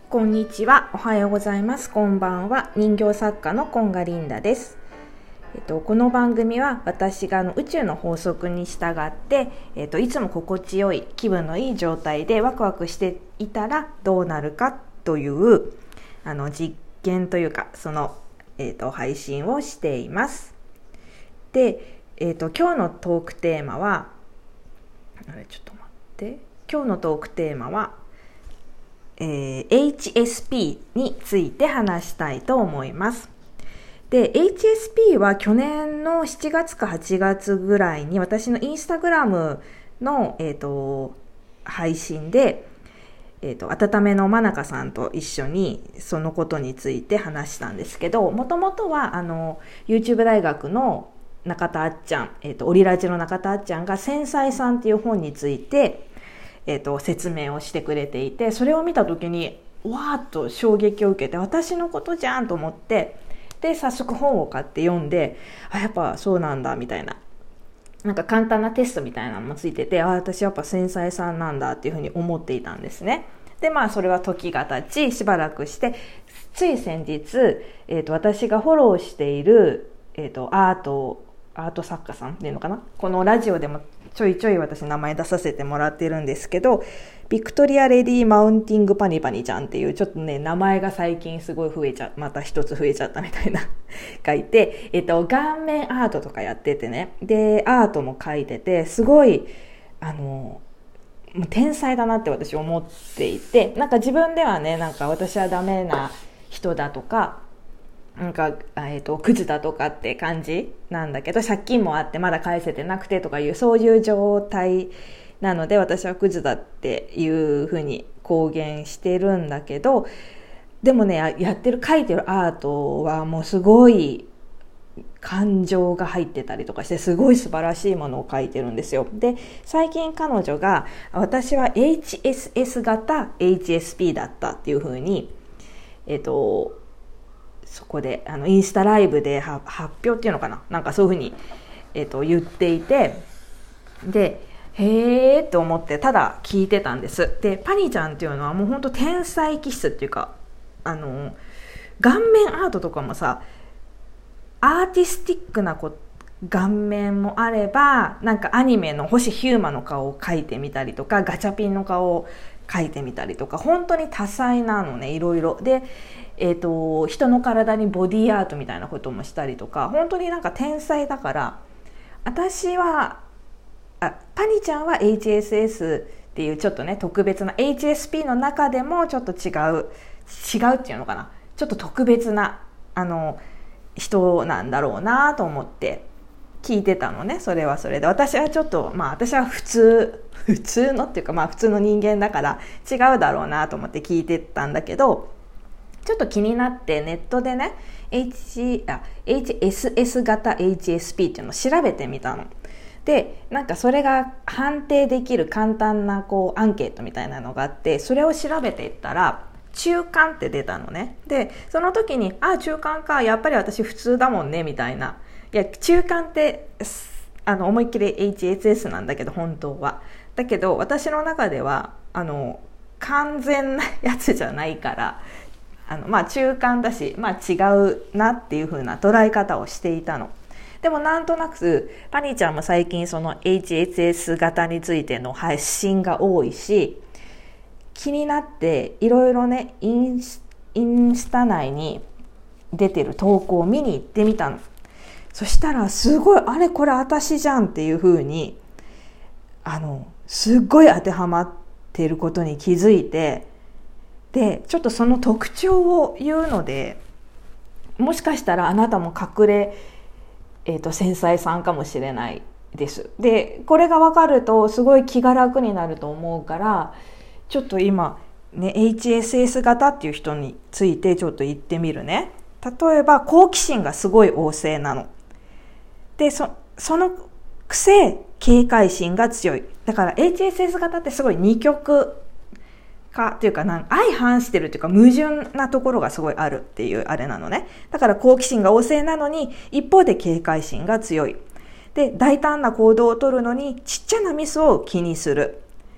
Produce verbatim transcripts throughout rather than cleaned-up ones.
こんにちは、おはようございます。こんばんは。人形作家のコンガリンダです。えっと、この番組は私があの宇宙の法則に従って、えっと、いつも心地よい気分のいい状態でワクワクしていたらどうなるかというあの実験というかその、えっと、配信をしています。で、えっと、今日のトークテーマはあれちょっと待って今日のトークテーマはえー、エイチエスピー について話したいと思います。で、エイチエスピー は去年のしちがつかはちがつぐらいに私のインスタグラムの、えーと、配信で、えーと、温めの真中さんと一緒にそのことについて話したんですけど、もともとはあの YouTube 大学の中田あっちゃん、えーと、オリラジの中田あっちゃんが繊細さんっていう本についてえーと、説明をしてくれていて、それを見た時にわーっと衝撃を受けて、私のことじゃんと思って、で早速本を買って読んで、あやっぱそうなんだみたいな、なんか簡単なテストみたいなのもついてて、あ私やっぱ繊細さんなんだっていうふうに思っていたんですね。でまあそれは時が経ちしばらくして、つい先日、えーと、私がフォローしている、えーと、アートアート作家さんっていうのかな、このラジオでもちょいちょい私名前出させてもらってるんですけど、ビクトリアレディマウンティングパニパニちゃんっていうちょっとね名前が最近すごい増えちゃまた一つ増えちゃったみたいな書いて、えっと顔面アートとかやっててね、でアートも描いてて、すごいあの天才だなって私思っていて、なんか自分ではねなんか私はダメな人だとかなんか、えーと、クズだとかって感じなんだけど、借金もあってまだ返せてなくてとかいうそういう状態なので、私はクズだっていうふうに公言してるんだけど、でもねやってる描いてるアートはもうすごい感情が入ってたりとかして、すごい素晴らしいものを描いてるんですよ。で最近彼女が私は エイチエスエス 型 エイチエスピー だったっていうふうにえっとそこであのインスタライブで発表っていうのかな、なんかそういうふうに、えー、と言っていて、でへーと思ってただ聞いてたんです。でパニちゃんっていうのはもう本当天才気質っていうか、あの顔面アートとかもさ、アーティスティックなこ顔面もあれば、なんかアニメの星ヒューマの顔を描いてみたりとか、ガチャピンの顔を描いてみたりとか、本当に多彩なのね、いろいろで、えーと、人の体にボディーアートみたいなこともしたりとか、本当になんか天才だから、私はあパニちゃんは エイチエスエス っていうちょっとね特別な エイチエスピー の中でもちょっと違う違うっていうのかな、ちょっと特別なあの人なんだろうなと思って聞いてたのね。それはそれで、私はちょっとまあ私は普通普通のっていうかまあ普通の人間だから違うだろうなと思って聞いてたんだけど、ちょっと気になってネットでね H あ エイチエスエス 型 エイチエスピー っていうのを調べてみたの。でなんかそれが判定できる簡単なこうアンケートみたいなのがあって、それを調べていったら中間って出たのね。でその時にあ中間か、やっぱり私普通だもんねみたいな、いや中間ってあの思いっきり エイチエスエス なんだけど本当は、だけど私の中ではあの完全なやつじゃないから、あのまあ中間だし、まあ、違うなっていう風な捉え方をしていたの。でもなんとなくパニちゃんも最近その エイチエスエス 型についての発信が多いし、気になっていろいろねインス、インスタ内に出てる投稿を見に行ってみたの。そしたらすごいあれこれ私じゃんっていう風にあのすっごい当てはまっていることに気づいて、でちょっとその特徴を言うので、もしかしたらあなたも隠れ、えーと、繊細さんかもしれないです。でこれが分かるとすごい気が楽になると思うから、ちょっと今ね エイチエスエス 型っていう人についてちょっと言ってみるね。例えば好奇心がすごい旺盛なので、 そ, そのくせ警戒心が強い。だから エイチエスエス 型ってすごい二極かっていうか、なん相反してるっていうか矛盾なところがすごいあるっていうあれなのね。だから好奇心が旺盛なのに一方で警戒心が強い。で大胆な行動を取るのにちっちゃなミスを気にする。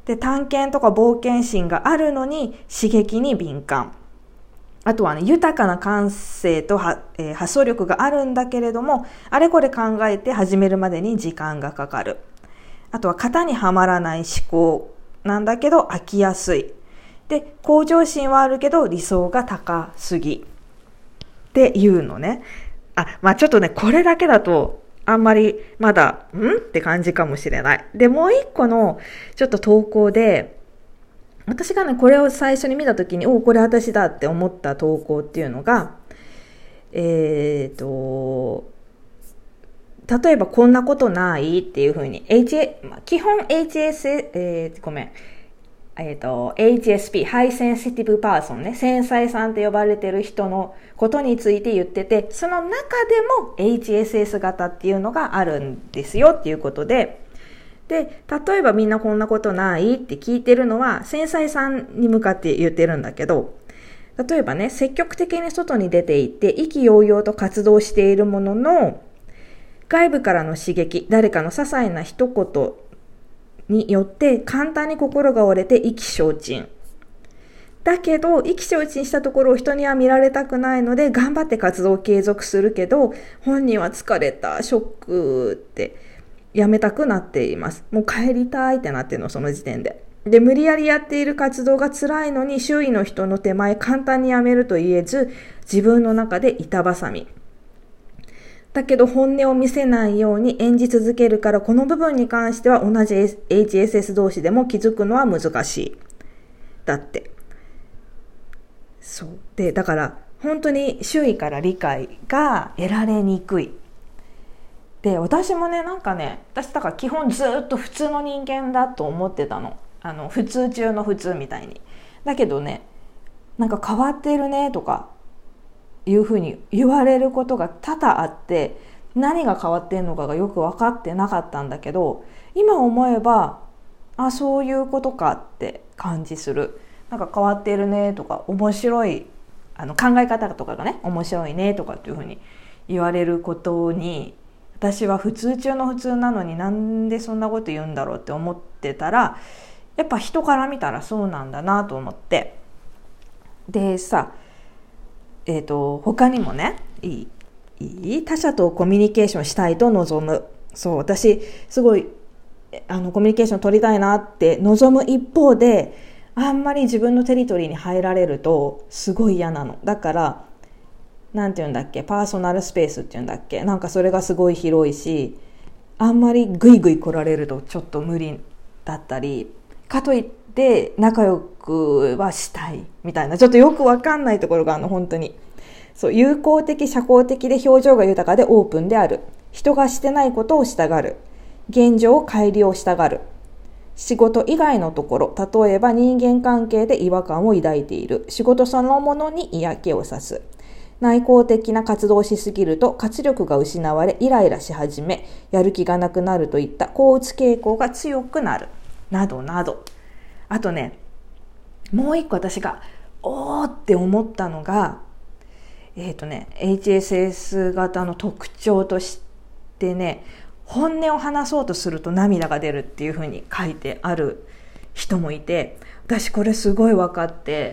で、探検とか冒険心があるのに刺激に敏感。あとはね、豊かな感性とは、えー、発想力があるんだけれども、あれこれ考えて始めるまでに時間がかかる。あとは型にはまらない思考なんだけど飽きやすい。で、向上心はあるけど理想が高すぎ。っていうのね。あ、まあちょっとね、これだけだとあんまりまだ、んって感じかもしれない。で、もう一個のちょっと投稿で、私がね、これを最初に見たときに、お、これ私だって思った投稿っていうのが、えーと、例えばこんなことないっていうふうに、H A、基本 エイチエス、えー、ごめん、えーと、エイチエスピー、ハイセンシティブパーソンね、繊細さんって呼ばれてる人のことについて言ってて、その中でも エイチエスエス 型っていうのがあるんですよっていうことで、で、例えばみんなこんなことないって聞いてるのは繊細さんに向かって言ってるんだけど、例えばね、積極的に外に出て行って意気揚々と活動しているものの、外部からの刺激、誰かの些細な一言によって簡単に心が折れて意気消沈。だけど、意気消沈したところを人には見られたくないので、頑張って活動を継続するけど、本人は疲れた、ショックってやめたくなっています。もう帰りたいってなってるの、その時点で。で、無理やりやっている活動が辛いのに、周囲の人の手前簡単にやめると言えず、自分の中で板挟み。だけど本音を見せないように演じ続けるから、この部分に関しては同じ エイチエスエス 同士でも気づくのは難しい。だって。そう。で、だから本当に周囲から理解が得られにくい。で、私もね、なんかね、私だから基本ずっと普通の人間だと思ってたの。あの、普通中の普通みたいに。だけどね、なんか変わってるねとか、いうふうに言われることが多々あって、何が変わってんのかがよく分かってなかったんだけど、今思えば、あ、そういうことかって感じする。なんか変わってるねとか、面白いあの考え方とかがね、面白いねとかっていうふうに言われることに、私は普通中の普通なのになんでそんなこと言うんだろうって思ってたら、やっぱ人から見たらそうなんだなと思って、でさ、えーと、他にもね、いい、いい他者とコミュニケーションしたいと望む。そう、私すごいあのコミュニケーション取りたいなって望む一方で、あんまり自分のテリトリーに入られるとすごい嫌なの。だからなんていうんだっけ、パーソナルスペースっていうんだっけ、なんかそれがすごい広いし、あんまりグイグイ来られるとちょっと無理だったり、かといってで仲良くはしたいみたいな、ちょっとよくわかんないところがあるの、本当に。そう、友好的、社交的で表情が豊かでオープンである。人がしてないことをしたがる。現状を改良したがる。仕事以外のところ、例えば人間関係で違和感を抱いている。仕事そのものに嫌気をさす。内向的な活動をしすぎると活力が失われ、イライラし始め、やる気がなくなるといった好うつ傾向が強くなる。などなど。あとね、もう一個私がおーって思ったのが、えっとね、エイチエスエス 型の特徴としてね、本音を話そうとすると涙が出るっていう風に書いてある人もいて、私これすごい分かって、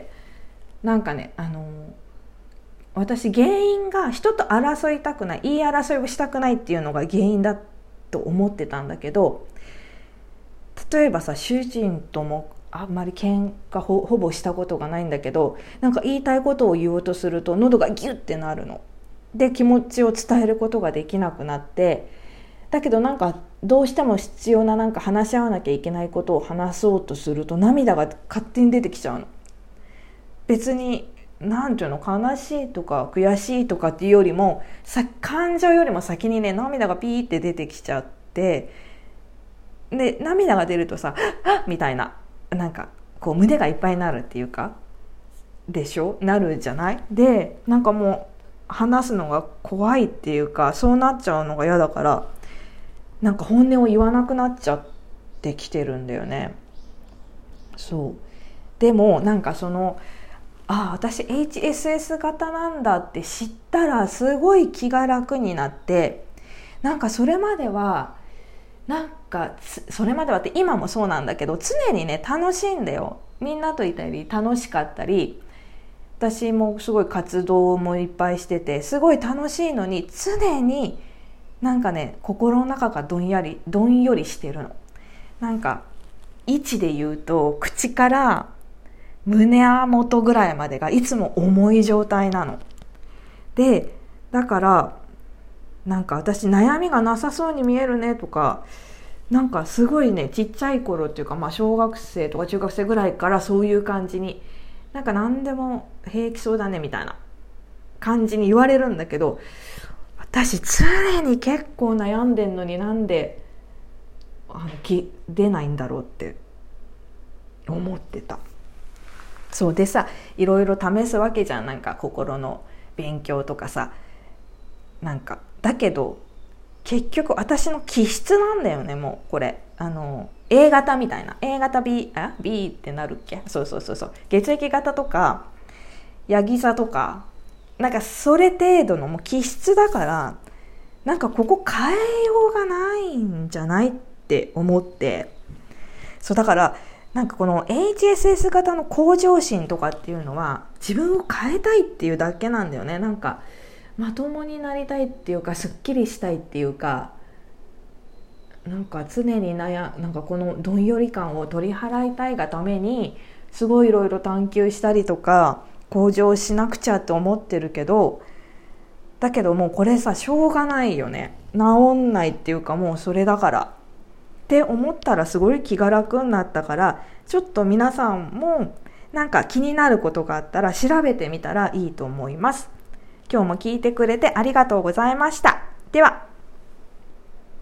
なんかね、あの私原因が人と争いたくない、言い争いをしたくないっていうのが原因だと思ってたんだけど、例えばさ、主人ともあんまり喧嘩 ほ, ほぼしたことがないんだけど、なんか言いたいことを言おうとすると喉がギュッてなるので、気持ちを伝えることができなくなって、だけどなんかどうしても必要ななんか話し合わなきゃいけないことを話そうとすると涙が勝手に出てきちゃうの。別になんていうの、悲しいとか悔しいとかっていうよりもさ、感情よりも先にね、涙がピーって出てきちゃって、で涙が出るとさ、はっみたいな、なんかこう胸がいっぱいになるっていうかでしょ、なるじゃない。でなんかもう話すのが怖いっていうか、そうなっちゃうのが嫌だから、なんか本音を言わなくなっちゃってきてるんだよね。そうでもなんかその、ああ私 エイチエスエス 型なんだって知ったらすごい気が楽になって、なんかそれまではなんかそれまではって今もそうなんだけど、常にね楽しいんだよ。みんなといたり楽しかったり、私もすごい活動もいっぱいしててすごい楽しいのに、常になんかね心の中がどんやりどんよりしてるの。なんか位置で言うと口から胸元ぐらいまでがいつも重い状態なので、だからなんか私悩みがなさそうに見えるねとか、なんかすごいねちっちゃい頃っていうか、まあ小学生とか中学生ぐらいからそういう感じに、なんか何でも平気そうだねみたいな感じに言われるんだけど、私常に結構悩んでんのになんであのき出ないんだろうって思ってた。そうでさ、いろいろ試すわけじゃん、なんか心の勉強とかさ、なんかだけど結局私の気質なんだよね。もうこれあの A 型みたいな、 A 型 B あ B ってなるっけ、そうそうそうそう、血液型とかヤギ座とか、なんかそれ程度のもう気質だから、なんかここ変えようがないんじゃないって思って、そうだからなんかこの エイチエスエス 型の向上心とかっていうのは自分を変えたいっていうだけなんだよね。なんかまともになりたいっていうか、すっきりしたいっていうか、なんか常に悩なんかこのどんより感を取り払いたいがためにすごいいろいろ探求したりとか向上しなくちゃって思ってるけど、だけどもうこれさしょうがないよね、治んないっていうか、もうそれだからって思ったらすごい気が楽になったから、ちょっと皆さんもなんか気になることがあったら調べてみたらいいと思います。今日も聞いてくれてありがとうございました。では。